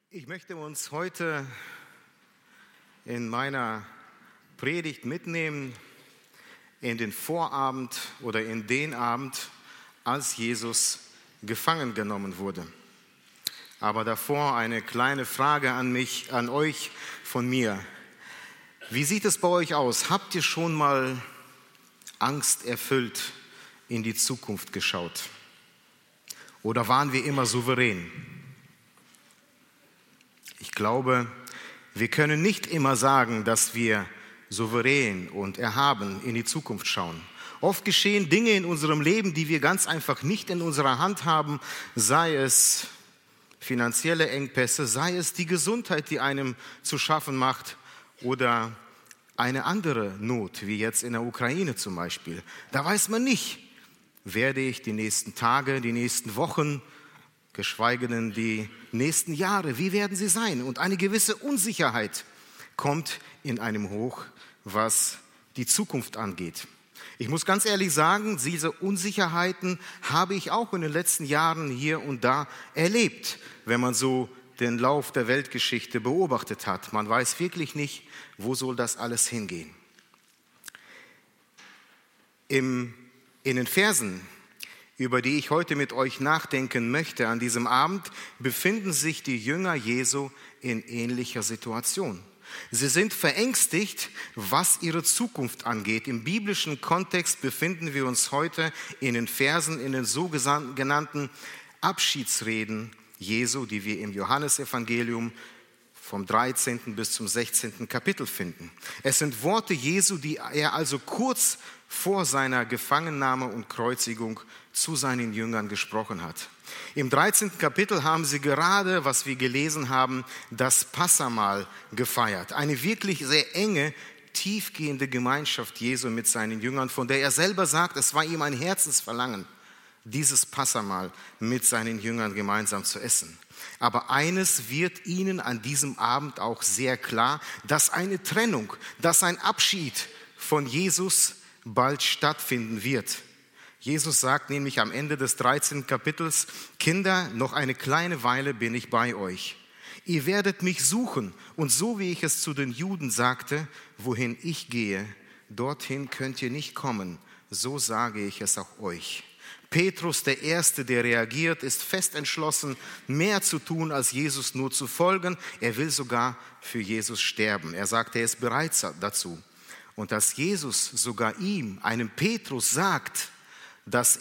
Ich möchte uns heute in meiner Predigt mitnehmen in den Vorabend oder in den Abend, als Jesus gefangen genommen wurde. Aber davor eine kleine Frage an euch von mir. Wie sieht es bei euch aus? Habt ihr schon mal angsterfüllt in die Zukunft geschaut? Oder waren wir immer souverän? Ich glaube, wir können nicht immer sagen, dass wir souverän und erhaben in die Zukunft schauen. Oft geschehen Dinge in unserem Leben, die wir ganz einfach nicht in unserer Hand haben, sei es finanzielle Engpässe, sei es die Gesundheit, die einem zu schaffen macht oder eine andere Not, wie jetzt in der Ukraine zum Beispiel. Da weiß man nicht, werde ich die nächsten Tage, die nächsten Wochen, geschweige denn die nächsten Jahre, wie werden sie sein? Und eine gewisse Unsicherheit kommt in einem hoch, was die Zukunft angeht. Ich muss ganz ehrlich sagen, diese Unsicherheiten habe ich auch in den letzten Jahren hier und da erlebt, wenn man so den Lauf der Weltgeschichte beobachtet hat. Man weiß wirklich nicht, wo soll das alles hingehen. In den Versen, über die ich heute mit euch nachdenken möchte an diesem Abend, befinden sich die Jünger Jesu in ähnlicher Situation. Sie sind verängstigt, was ihre Zukunft angeht. Im biblischen Kontext befinden wir uns heute in den Versen, in den sogenannten Abschiedsreden Jesu, die wir im Johannesevangelium vom 13. bis zum 16. Kapitel finden. Es sind Worte Jesu, die er also kurz vor seiner Gefangennahme und Kreuzigung zu seinen Jüngern gesprochen hat. Im 13. Kapitel haben sie gerade, was wir gelesen haben, das Passahmahl gefeiert. Eine wirklich sehr enge, tiefgehende Gemeinschaft Jesu mit seinen Jüngern, von der er selber sagt, es war ihm ein Herzensverlangen, dieses Passahmahl mit seinen Jüngern gemeinsam zu essen. Aber eines wird ihnen an diesem Abend auch sehr klar, dass eine Trennung, dass ein Abschied von Jesus bald stattfinden wird. Jesus sagt nämlich am Ende des 13. Kapitels, Kinder, noch eine kleine Weile bin ich bei euch. Ihr werdet mich suchen und so wie ich es zu den Juden sagte, wohin ich gehe, dorthin könnt ihr nicht kommen, so sage ich es auch euch. Petrus, der Erste, der reagiert, ist fest entschlossen, mehr zu tun, als Jesus nur zu folgen. Er will sogar für Jesus sterben. Er sagt, er ist bereit dazu. Und dass Jesus sogar ihm, einem Petrus, sagt, dass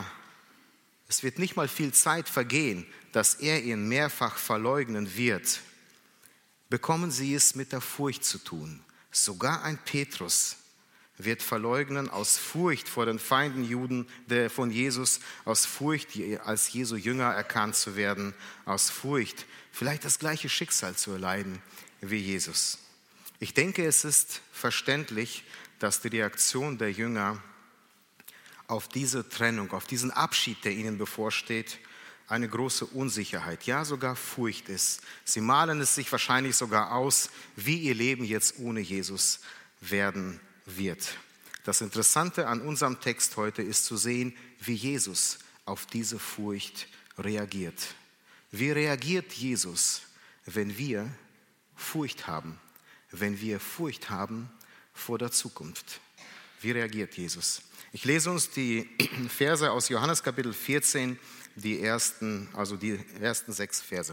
es wird nicht mal viel Zeit vergehen, dass er ihn mehrfach verleugnen wird, bekommen sie es mit der Furcht zu tun. Sogar ein Petrus wird verleugnen aus Furcht vor den Feinden von Jesus, aus Furcht, als Jesu Jünger erkannt zu werden, aus Furcht, vielleicht das gleiche Schicksal zu erleiden wie Jesus. Ich denke, es ist verständlich, dass die Reaktion der Jünger auf diese Trennung, auf diesen Abschied, der ihnen bevorsteht, eine große Unsicherheit, ja sogar Furcht ist. Sie malen es sich wahrscheinlich sogar aus, wie ihr Leben jetzt ohne Jesus werden wird. Das Interessante an unserem Text heute ist zu sehen, wie Jesus auf diese Furcht reagiert. Wie reagiert Jesus, wenn wir Furcht haben? Wenn wir Furcht haben vor der Zukunft. Wie reagiert Jesus? Ich lese uns die Verse aus Johannes Kapitel 14, die ersten 6 Verse.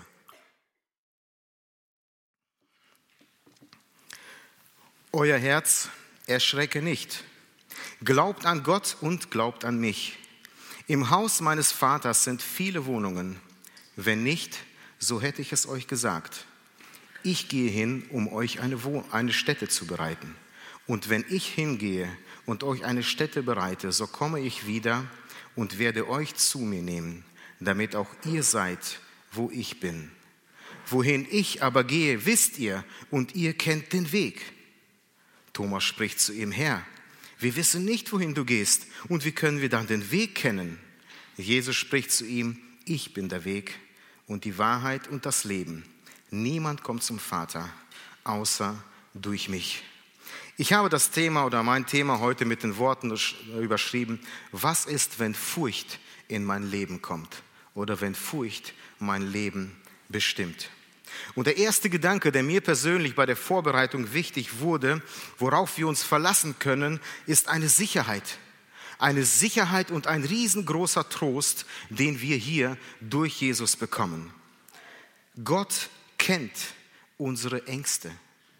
Euer Herz erschrecke nicht. Glaubt an Gott und glaubt an mich. Im Haus meines Vaters sind viele Wohnungen. Wenn nicht, so hätte ich es euch gesagt. Ich gehe hin, um euch eine Stätte zu bereiten. Und wenn ich hingehe und euch eine Stätte bereite, so komme ich wieder und werde euch zu mir nehmen, damit auch ihr seid, wo ich bin. Wohin ich aber gehe, wisst ihr, und ihr kennt den Weg. Thomas spricht zu ihm, Herr, wir wissen nicht, wohin du gehst, und wie können wir dann den Weg kennen? Jesus spricht zu ihm, ich bin der Weg und die Wahrheit und das Leben. Niemand kommt zum Vater, außer durch mich. Ich habe das Thema oder mein Thema heute mit den Worten überschrieben, was ist, wenn Furcht in mein Leben kommt oder wenn Furcht mein Leben bestimmt. Und der erste Gedanke, der mir persönlich bei der Vorbereitung wichtig wurde, worauf wir uns verlassen können, ist eine Sicherheit. Eine Sicherheit und ein riesengroßer Trost, den wir hier durch Jesus bekommen. Gott kennt unsere Ängste.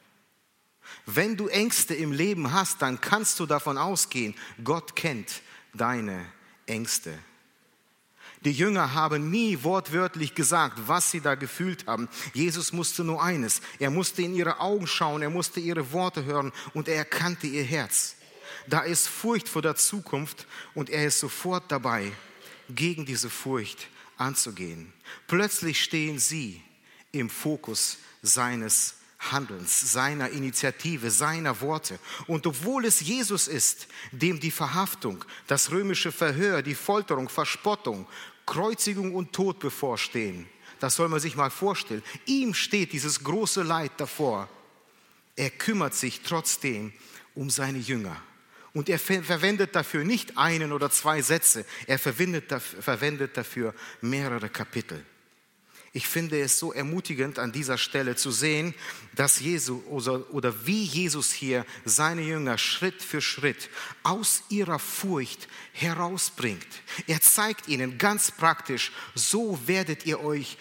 Wenn du Ängste im Leben hast, dann kannst du davon ausgehen, Gott kennt deine Ängste. Die Jünger haben nie wortwörtlich gesagt, was sie da gefühlt haben. Jesus musste nur eines. Er musste in ihre Augen schauen, er musste ihre Worte hören und er erkannte ihr Herz. Da ist Furcht vor der Zukunft und er ist sofort dabei, gegen diese Furcht anzugehen. Plötzlich stehen sie im Fokus seines Handelns, seiner Initiative, seiner Worte. Und obwohl es Jesus ist, dem die Verhaftung, das römische Verhör, die Folterung, Verspottung, Kreuzigung und Tod bevorstehen, das soll man sich mal vorstellen, ihm steht dieses große Leid davor. Er kümmert sich trotzdem um seine Jünger. Und er verwendet dafür nicht einen oder zwei Sätze, er verwendet dafür mehrere Kapitel. Ich finde es so ermutigend an dieser Stelle zu sehen, dass Jesus oder wie Jesus hier seine Jünger Schritt für Schritt aus ihrer Furcht herausbringt. Er zeigt ihnen ganz praktisch, so werdet ihr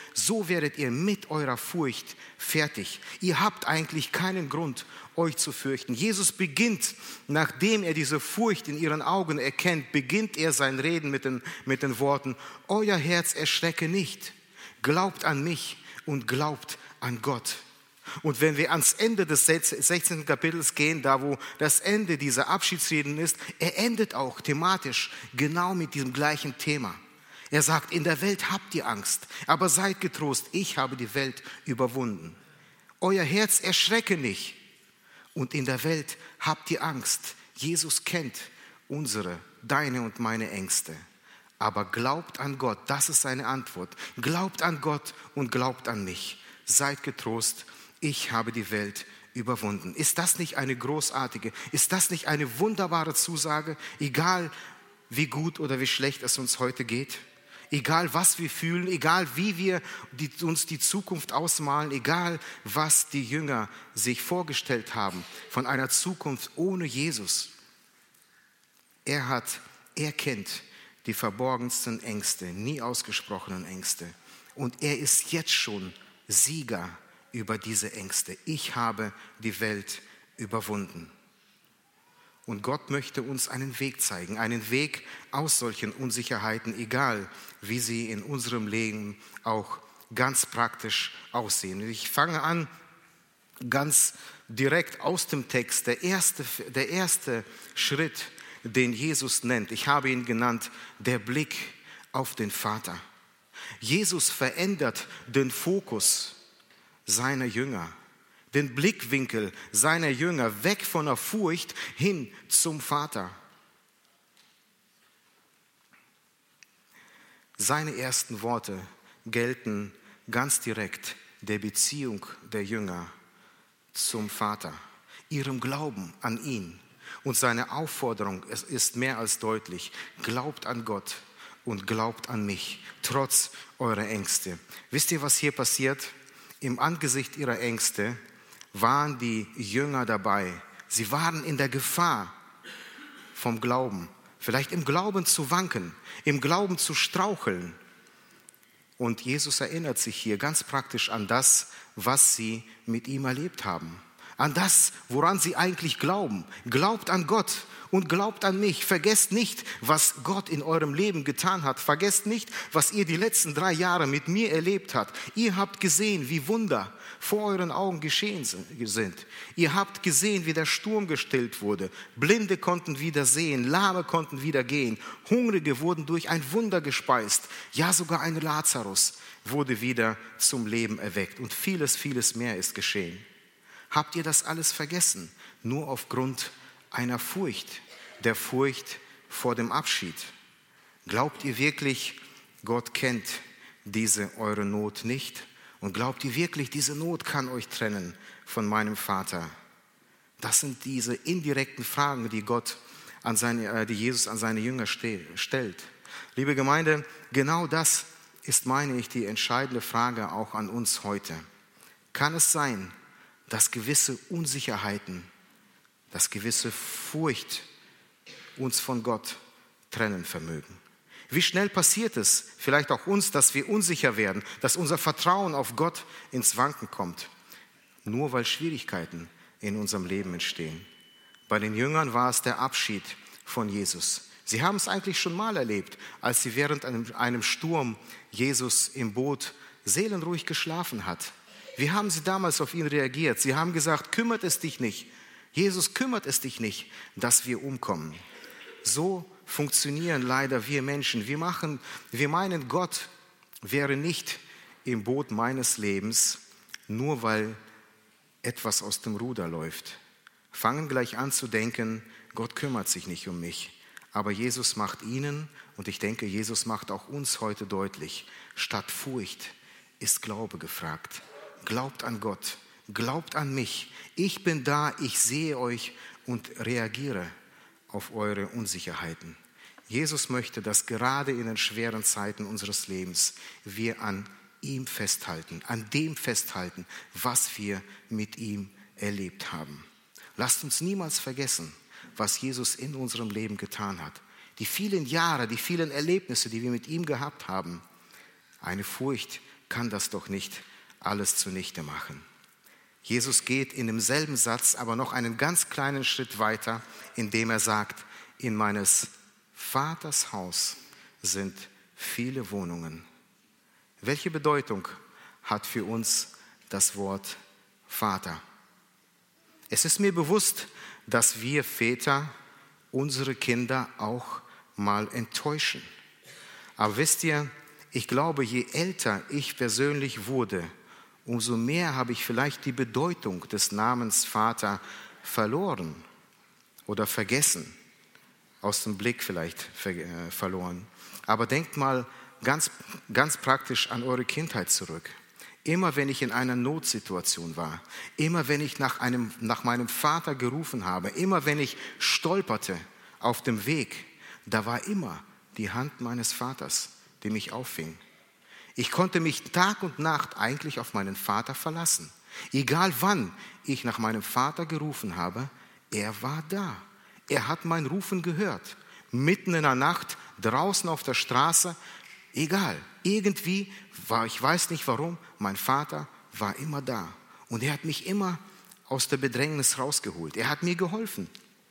mit eurer Furcht fertig. Ihr habt eigentlich keinen Grund, euch zu fürchten. Jesus beginnt, nachdem er diese Furcht in ihren Augen erkennt, beginnt er sein Reden mit den Worten: Euer Herz erschrecke nicht. Glaubt an mich und glaubt an Gott. Und wenn wir ans Ende des 16. Kapitels gehen, da wo das Ende dieser Abschiedsreden ist, er endet auch thematisch genau mit diesem gleichen Thema. Er sagt, in der Welt habt ihr Angst, aber seid getrost, ich habe die Welt überwunden. Euer Herz erschrecke nicht und in der Welt habt ihr Angst. Jesus kennt deine und meine Ängste. Aber glaubt an Gott, das ist seine Antwort. Glaubt an Gott und glaubt an mich. Seid getrost, ich habe die Welt überwunden. Ist das nicht eine großartige, ist das nicht eine wunderbare Zusage? Egal wie gut oder wie schlecht es uns heute geht, egal was wir fühlen, egal wie wir uns die Zukunft ausmalen, egal was die Jünger sich vorgestellt haben von einer Zukunft ohne Jesus. Er kennt die verborgensten Ängste, nie ausgesprochenen Ängste. Und er ist jetzt schon Sieger über diese Ängste. Ich habe die Welt überwunden. Und Gott möchte uns einen Weg zeigen, einen Weg aus solchen Unsicherheiten, egal wie sie in unserem Leben auch ganz praktisch aussehen. Ich fange an, ganz direkt aus dem Text, der erste Schritt, den Jesus nennt. Ich habe ihn genannt, der Blick auf den Vater. Jesus verändert den Fokus seiner Jünger, den Blickwinkel seiner Jünger, weg von der Furcht hin zum Vater. Seine ersten Worte gelten ganz direkt der Beziehung der Jünger zum Vater, ihrem Glauben an ihn. Und seine Aufforderung ist mehr als deutlich: Glaubt an Gott und glaubt an mich, trotz eurer Ängste. Wisst ihr, was hier passiert? Im Angesicht ihrer Ängste waren die Jünger dabei. Sie waren in der Gefahr vom Glauben, vielleicht im Glauben zu wanken, im Glauben zu straucheln. Und Jesus erinnert sich hier ganz praktisch an das, was sie mit ihm erlebt haben. An das, woran sie eigentlich glauben. Glaubt an Gott und glaubt an mich. Vergesst nicht, was Gott in eurem Leben getan hat. Vergesst nicht, was ihr die letzten 3 Jahre mit mir erlebt habt. Ihr habt gesehen, wie Wunder vor euren Augen geschehen sind. Ihr habt gesehen, wie der Sturm gestillt wurde. Blinde konnten wieder sehen, Lahme konnten wieder gehen. Hungrige wurden durch ein Wunder gespeist. Ja, sogar ein Lazarus wurde wieder zum Leben erweckt. Und vieles, vieles mehr ist geschehen. Habt ihr das alles vergessen? Nur aufgrund einer Furcht, der Furcht vor dem Abschied. Glaubt ihr wirklich, Gott kennt diese eure Not nicht? Und glaubt ihr wirklich, diese Not kann euch trennen von meinem Vater? Das sind diese indirekten Fragen, die Jesus an seine Jünger stellt. Liebe Gemeinde, genau das ist, meine ich, die entscheidende Frage auch an uns heute. kann es sein, dass gewisse Unsicherheiten, dass gewisse Furcht uns von Gott trennen vermögen. Wie schnell passiert es, vielleicht auch uns, dass wir unsicher werden, dass unser Vertrauen auf Gott ins Wanken kommt, nur weil Schwierigkeiten in unserem Leben entstehen. Bei den Jüngern war es der Abschied von Jesus. Sie haben es eigentlich schon mal erlebt, als sie während einem Sturm Jesus im Boot seelenruhig geschlafen hat. Wie haben sie damals auf ihn reagiert? Sie haben gesagt, kümmert es dich nicht. Jesus, kümmert es dich nicht, dass wir umkommen. So funktionieren leider wir Menschen. Wir meinen, Gott wäre nicht im Boot meines Lebens, nur weil etwas aus dem Ruder läuft. Fangen gleich an zu denken, Gott kümmert sich nicht um mich. Aber Jesus macht ihnen, und ich denke, Jesus macht auch uns heute deutlich, statt Furcht ist Glaube gefragt. Glaubt an Gott, glaubt an mich. Ich bin da, ich sehe euch und reagiere auf eure Unsicherheiten. Jesus möchte, dass gerade in den schweren Zeiten unseres Lebens wir an ihm festhalten, an dem festhalten, was wir mit ihm erlebt haben. Lasst uns niemals vergessen, was Jesus in unserem Leben getan hat. Die vielen Jahre, die vielen Erlebnisse, die wir mit ihm gehabt haben. Eine Furcht kann das doch nicht alles zunichte machen. Jesus geht in demselben Satz aber noch einen ganz kleinen Schritt weiter, indem er sagt, in meines Vaters Haus sind viele Wohnungen. Welche Bedeutung hat für uns das Wort Vater? Es ist mir bewusst, dass wir Väter unsere Kinder auch mal enttäuschen. Aber wisst ihr, ich glaube, je älter ich persönlich wurde, umso mehr habe ich vielleicht die Bedeutung des Namens Vater verloren oder vergessen, aus dem Blick vielleicht verloren. Aber denkt mal ganz praktisch an eure Kindheit zurück. Immer wenn ich in einer Notsituation war, immer wenn ich nach meinem Vater gerufen habe, immer wenn ich stolperte auf dem Weg, da war immer die Hand meines Vaters, die mich auffing. Ich konnte mich Tag und Nacht eigentlich auf meinen Vater verlassen. Egal wann ich nach meinem Vater gerufen habe, er war da. Er hat mein Rufen gehört. Mitten in der Nacht, draußen auf der Straße, egal. Irgendwie ich weiß nicht warum, mein Vater war immer da. Und er hat mich immer aus der Bedrängnis rausgeholt. Er hat mir geholfen.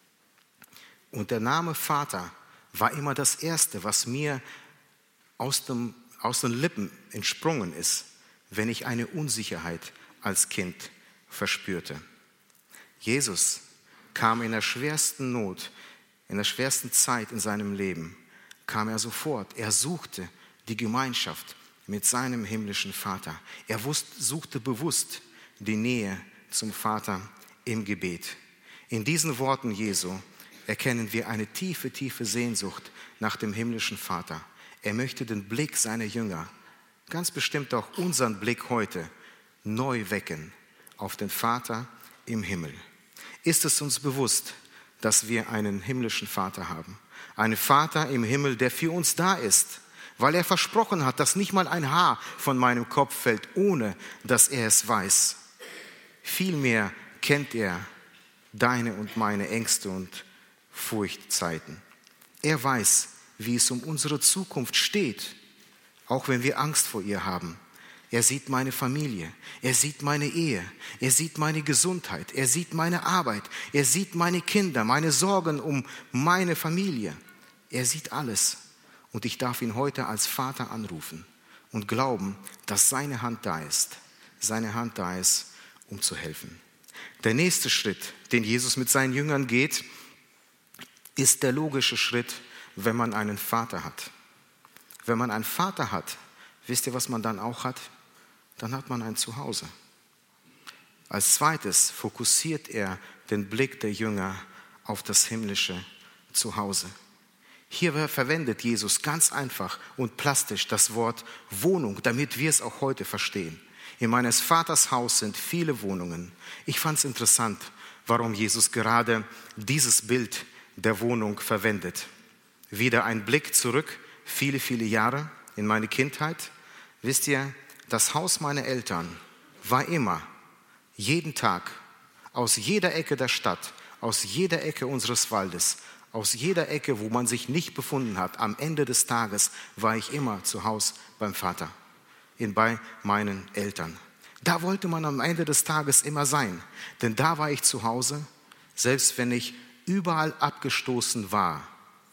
Und der Name Vater war immer das Erste, was mir aus den Lippen entsprungen ist, wenn ich eine Unsicherheit als Kind verspürte. Jesus kam in der schwersten Not, in der schwersten Zeit in seinem Leben, kam er sofort. Er suchte die Gemeinschaft mit seinem himmlischen Vater. Er suchte bewusst die Nähe zum Vater im Gebet. In diesen Worten Jesu erkennen wir eine tiefe, tiefe Sehnsucht nach dem himmlischen Vater. Er möchte den Blick seiner Jünger, ganz bestimmt auch unseren Blick heute, neu wecken auf den Vater im Himmel. Ist es uns bewusst, dass wir einen himmlischen Vater haben? Einen Vater im Himmel, der für uns da ist, weil er versprochen hat, dass nicht mal ein Haar von meinem Kopf fällt, ohne dass er es weiß. Vielmehr kennt er deine und meine Ängste und Furchtzeiten. Er weiß, wie es um unsere Zukunft steht, auch wenn wir Angst vor ihr haben. Er sieht meine Familie, er sieht meine Ehe, er sieht meine Gesundheit, er sieht meine Arbeit, er sieht meine Kinder, meine Sorgen um meine Familie. Er sieht alles. Und ich darf ihn heute als Vater anrufen und glauben, dass seine Hand da ist. Seine Hand da ist, um zu helfen. Der nächste Schritt, den Jesus mit seinen Jüngern geht, ist der logische Schritt, wenn man einen Vater hat. Wenn man einen Vater hat, wisst ihr, was man dann auch hat? Dann hat man ein Zuhause. Als zweites fokussiert er den Blick der Jünger auf das himmlische Zuhause. Hier verwendet Jesus ganz einfach und plastisch das Wort Wohnung, damit wir es auch heute verstehen. In meines Vaters Haus sind viele Wohnungen. Ich fand es interessant, warum Jesus gerade dieses Bild der Wohnung verwendet. Wieder ein Blick zurück, viele, viele Jahre in meine Kindheit. Wisst ihr, das Haus meiner Eltern war immer jeden Tag, aus jeder Ecke der Stadt, aus jeder Ecke unseres Waldes, aus jeder Ecke, wo man sich nicht befunden hat, am Ende des Tages war ich immer zu Hause beim Vater, bei meinen Eltern. Da wollte man am Ende des Tages immer sein, denn da war ich zu Hause, selbst wenn ich überall abgestoßen war.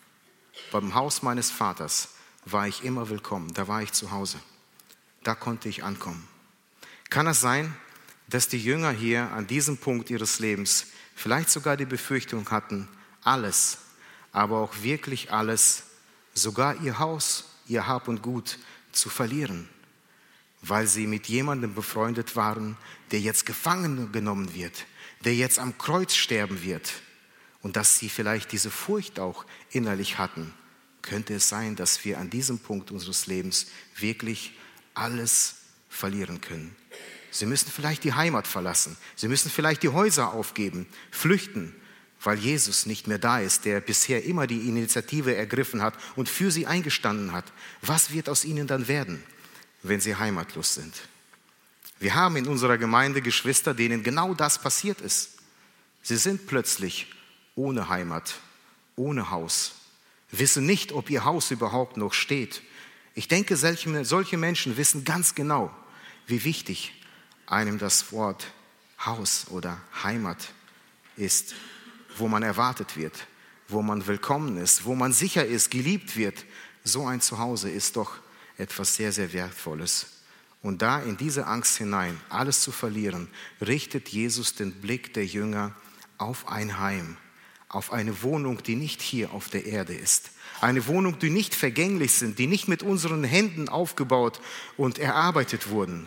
Beim Haus meines Vaters war ich immer willkommen, da war ich zu Hause. Da konnte ich ankommen. Kann es sein, dass die Jünger hier an diesem Punkt ihres Lebens vielleicht sogar die Befürchtung hatten, alles, aber auch wirklich alles, sogar ihr Haus, ihr Hab und Gut zu verlieren, weil sie mit jemandem befreundet waren, der jetzt gefangen genommen wird, der jetzt am Kreuz sterben wird, und dass sie vielleicht diese Furcht auch innerlich hatten. Könnte es sein, dass wir an diesem Punkt unseres Lebens wirklich alles verlieren können? Sie müssen vielleicht die Heimat verlassen. Sie müssen vielleicht die Häuser aufgeben, flüchten, weil Jesus nicht mehr da ist, der bisher immer die Initiative ergriffen hat und für sie eingestanden hat. Was wird aus ihnen dann werden, wenn sie heimatlos sind? Wir haben in unserer Gemeinde Geschwister, denen genau das passiert ist. Sie sind plötzlich ohne Heimat, ohne Haus, wissen nicht, ob ihr Haus überhaupt noch steht. Ich denke, solche Menschen wissen ganz genau, wie wichtig einem das Wort Haus oder Heimat ist, wo man erwartet wird, wo man willkommen ist, wo man sicher ist, geliebt wird. So ein Zuhause ist doch etwas sehr, sehr Wertvolles. Und da in diese Angst hinein, alles zu verlieren, richtet Jesus den Blick der Jünger auf ein Heim, auf eine Wohnung, die nicht hier auf der Erde ist. Eine Wohnung, die nicht vergänglich sind, die nicht mit unseren Händen aufgebaut und erarbeitet wurden.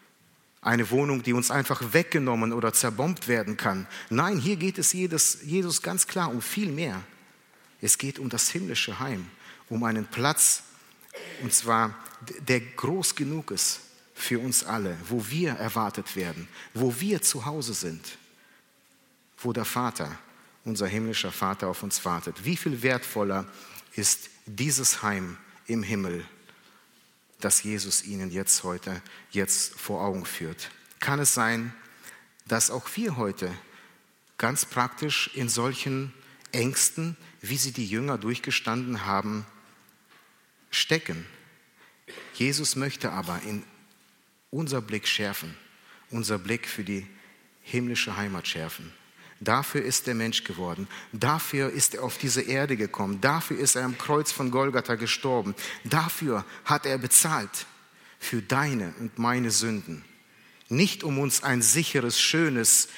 Eine Wohnung, die uns einfach weggenommen oder zerbombt werden kann. Nein, hier geht es Jesus ganz klar um viel mehr. Es geht um das himmlische Heim, um einen Platz, und zwar der groß genug ist für uns alle, wo wir erwartet werden, wo wir zu Hause sind, wo der Vater, unser himmlischer Vater, auf uns wartet. Wie viel wertvoller ist dieses Heim im Himmel, das Jesus ihnen jetzt vor Augen führt? Kann es sein, dass auch wir heute ganz praktisch in solchen Ängsten, wie sie die Jünger durchgestanden haben, stecken? Jesus möchte aber in unser Blick schärfen, unser Blick für die himmlische Heimat schärfen. Dafür ist der Mensch geworden. Dafür ist er auf diese Erde gekommen. Dafür ist er am Kreuz von Golgatha gestorben. Dafür hat er bezahlt für deine und meine Sünden. Nicht um uns ein sicheres, schönes,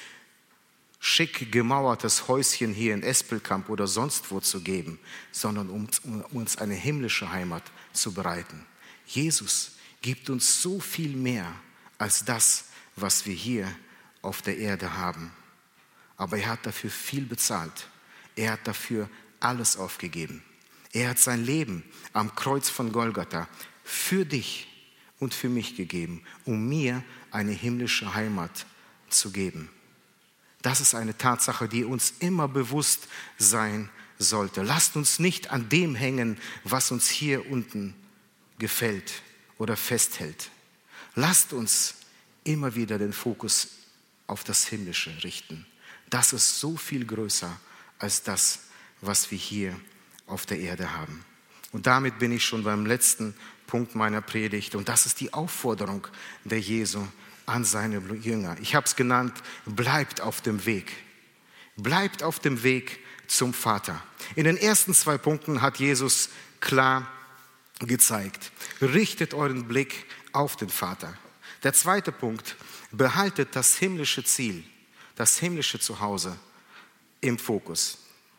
schick gemauertes Häuschen hier in Espelkamp oder sonst wo zu geben, sondern um uns eine himmlische Heimat zu bereiten. Jesus gibt uns so viel mehr als das, was wir hier auf der Erde haben. Aber er hat dafür viel bezahlt. Er hat dafür alles aufgegeben. Er hat sein Leben am Kreuz von Golgatha für dich und für mich gegeben, um mir eine himmlische Heimat zu geben. Das ist eine Tatsache, die uns immer bewusst sein sollte. Lasst uns nicht an dem hängen, was uns hier unten gefällt oder festhält. Lasst uns immer wieder den Fokus auf das Himmlische richten. Das ist so viel größer als das, was wir hier auf der Erde haben. Und damit bin ich schon beim letzten Punkt meiner Predigt. Und das ist die Aufforderung der Jesu an seine Jünger. Ich habe es genannt, bleibt auf dem Weg. Bleibt auf dem Weg zum Vater. In den ersten 2 Punkten hat Jesus klar gezeigt, richtet euren Blick auf den Vater. Der 2. Punkt, behaltet das himmlische Ziel, das himmlische Zuhause im Fokus.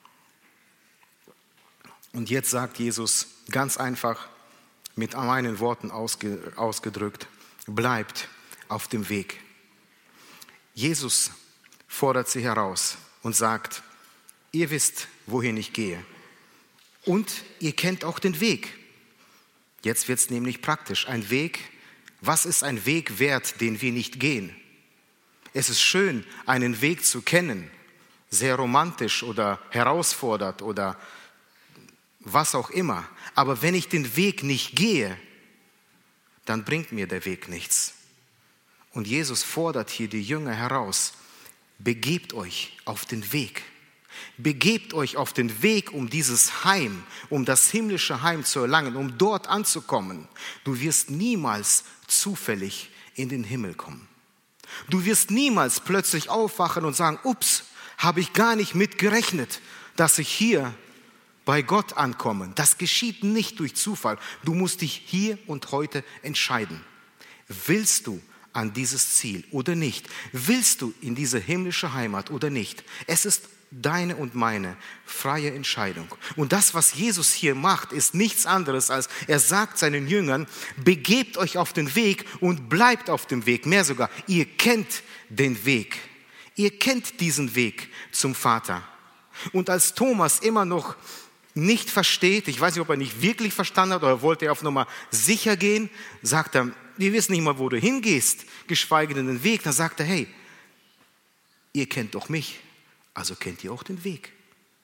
Und jetzt sagt Jesus ganz einfach, mit meinen Worten ausgedrückt, bleibt auf dem Weg. Jesus fordert sie heraus und sagt, ihr wisst, wohin ich gehe. Und ihr kennt auch den Weg. Jetzt wird es nämlich praktisch. Ein Weg, was ist ein Weg wert, den wir nicht gehen? Es ist schön, einen Weg zu kennen, sehr romantisch oder herausfordernd oder was auch immer. Aber wenn ich den Weg nicht gehe, dann bringt mir der Weg nichts. Und Jesus fordert hier die Jünger heraus, begebt euch auf den Weg. Begebt euch auf den Weg, um dieses Heim, um das himmlische Heim zu erlangen, um dort anzukommen. Du wirst niemals zufällig in den Himmel kommen. Du wirst niemals plötzlich aufwachen und sagen, ups, habe ich gar nicht mit gerechnet, dass ich hier bei Gott ankomme. Das geschieht nicht durch Zufall. Du musst dich hier und heute entscheiden. Willst du an dieses Ziel oder nicht? Willst du in diese himmlische Heimat oder nicht? Es ist deine und meine freie Entscheidung. Und das, was Jesus hier macht, ist nichts anderes als, er sagt seinen Jüngern, begebt euch auf den Weg und bleibt auf dem Weg. Mehr sogar, ihr kennt den Weg. Ihr kennt diesen Weg zum Vater. Und als Thomas immer noch nicht versteht, ich weiß nicht, ob er nicht wirklich verstanden hat oder wollte er auf Nummer sicher gehen, sagt er, wir wissen nicht mal, wo du hingehst, geschweige denn den Weg. Dann sagt er, hey, ihr kennt doch mich. Also kennt ihr auch den Weg.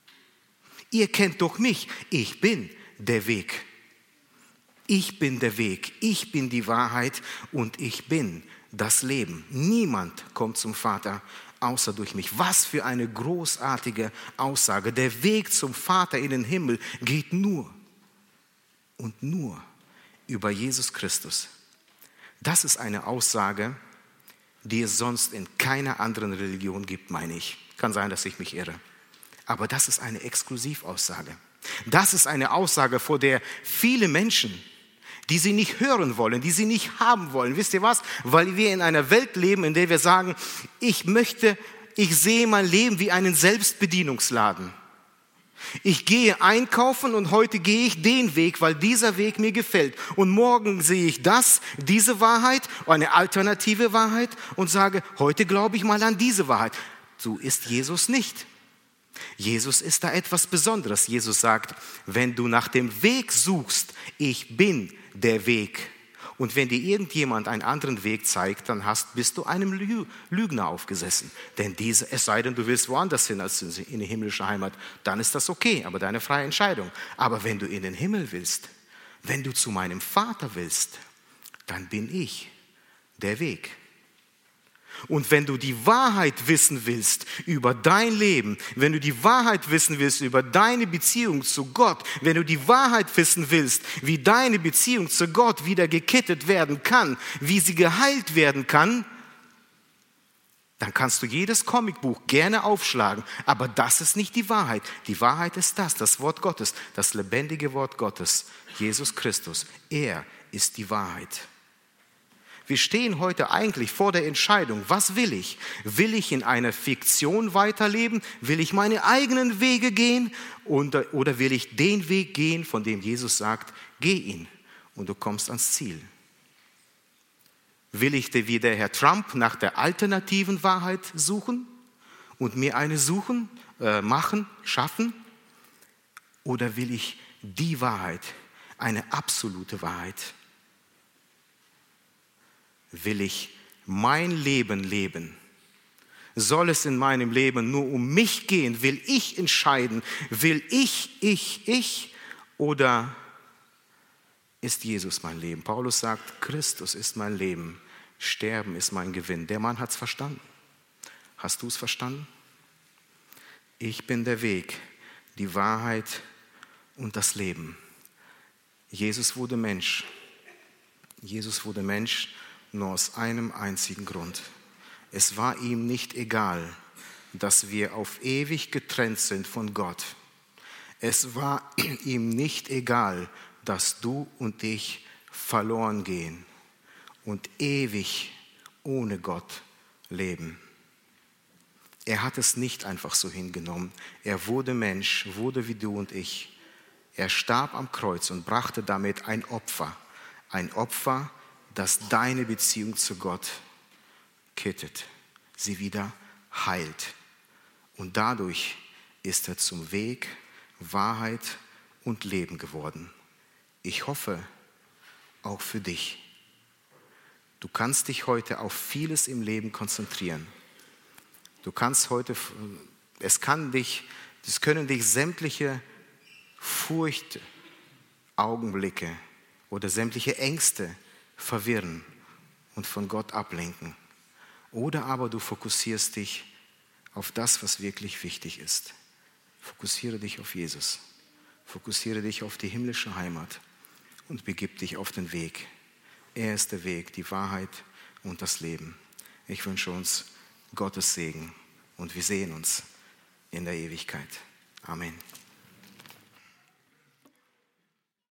Ihr kennt doch mich. Ich bin der Weg. Ich bin der Weg. Ich bin die Wahrheit und ich bin das Leben. Niemand kommt zum Vater außer durch mich. Was für eine großartige Aussage. Der Weg zum Vater in den Himmel geht nur und nur über Jesus Christus. Das ist eine Aussage, die es sonst in keiner anderen Religion gibt, meine ich. Kann sein, dass ich mich irre. Aber das ist eine Exklusivaussage. Das ist eine Aussage, vor der viele Menschen, die sie nicht hören wollen, die sie nicht haben wollen. Wisst ihr was? Weil wir in einer Welt leben, in der wir sagen, ich sehe mein Leben wie einen Selbstbedienungsladen. Ich gehe einkaufen und heute gehe ich den Weg, weil dieser Weg mir gefällt. Und morgen sehe ich diese Wahrheit, eine alternative Wahrheit und sage, heute glaube ich mal an diese Wahrheit. So ist Jesus nicht. Jesus ist da etwas Besonderes. Jesus sagt, wenn du nach dem Weg suchst, ich bin der Weg. Und wenn dir irgendjemand einen anderen Weg zeigt, dann bist du einem Lügner aufgesessen. Denn es sei denn, du willst woanders hin als in die himmlische Heimat, dann ist das okay, aber deine freie Entscheidung. Aber wenn du in den Himmel willst, wenn du zu meinem Vater willst, dann bin ich der Weg. Und wenn du die Wahrheit wissen willst über dein Leben, wenn du die Wahrheit wissen willst über deine Beziehung zu Gott, wenn du die Wahrheit wissen willst, wie deine Beziehung zu Gott wieder gekittet werden kann, wie sie geheilt werden kann, dann kannst du jedes Comicbuch gerne aufschlagen. Aber das ist nicht die Wahrheit. Die Wahrheit ist das Wort Gottes, das lebendige Wort Gottes, Jesus Christus. Er ist die Wahrheit. Wir stehen heute eigentlich vor der Entscheidung, was will ich? Will ich in einer Fiktion weiterleben? Will ich meine eigenen Wege gehen? Oder will ich den Weg gehen, von dem Jesus sagt, geh ihn und du kommst ans Ziel? Will ich wie der Herr Trump nach der alternativen Wahrheit suchen und mir eine schaffen? Oder will ich die Wahrheit, eine absolute Wahrheit? Will ich mein Leben leben? Soll es in meinem Leben nur um mich gehen? Will ich entscheiden? Will ich? Oder ist Jesus mein Leben? Paulus sagt, Christus ist mein Leben. Sterben ist mein Gewinn. Der Mann hat es verstanden. Hast du es verstanden? Ich bin der Weg, die Wahrheit und das Leben. Jesus wurde Mensch. Jesus wurde Mensch. Nur aus einem einzigen Grund. Es war ihm nicht egal, dass wir auf ewig getrennt sind von Gott. Es war ihm nicht egal, dass du und ich verloren gehen und ewig ohne Gott leben. Er hat es nicht einfach so hingenommen. Er wurde Mensch, wurde wie du und ich. Er starb am Kreuz und brachte damit ein Opfer, das deine Beziehung zu Gott kittet, sie wieder heilt. Und dadurch ist er zum Weg, Wahrheit und Leben geworden. Ich hoffe, auch für dich. Du kannst dich heute auf vieles im Leben konzentrieren. Du kannst heute, es können dich sämtliche Furcht, Augenblicke oder sämtliche Ängste verwirren und von Gott ablenken. Oder aber du fokussierst dich auf das, was wirklich wichtig ist. Fokussiere dich auf Jesus. Fokussiere dich auf die himmlische Heimat und begib dich auf den Weg. Er ist der Weg, die Wahrheit und das Leben. Ich wünsche uns Gottes Segen und wir sehen uns in der Ewigkeit. Amen.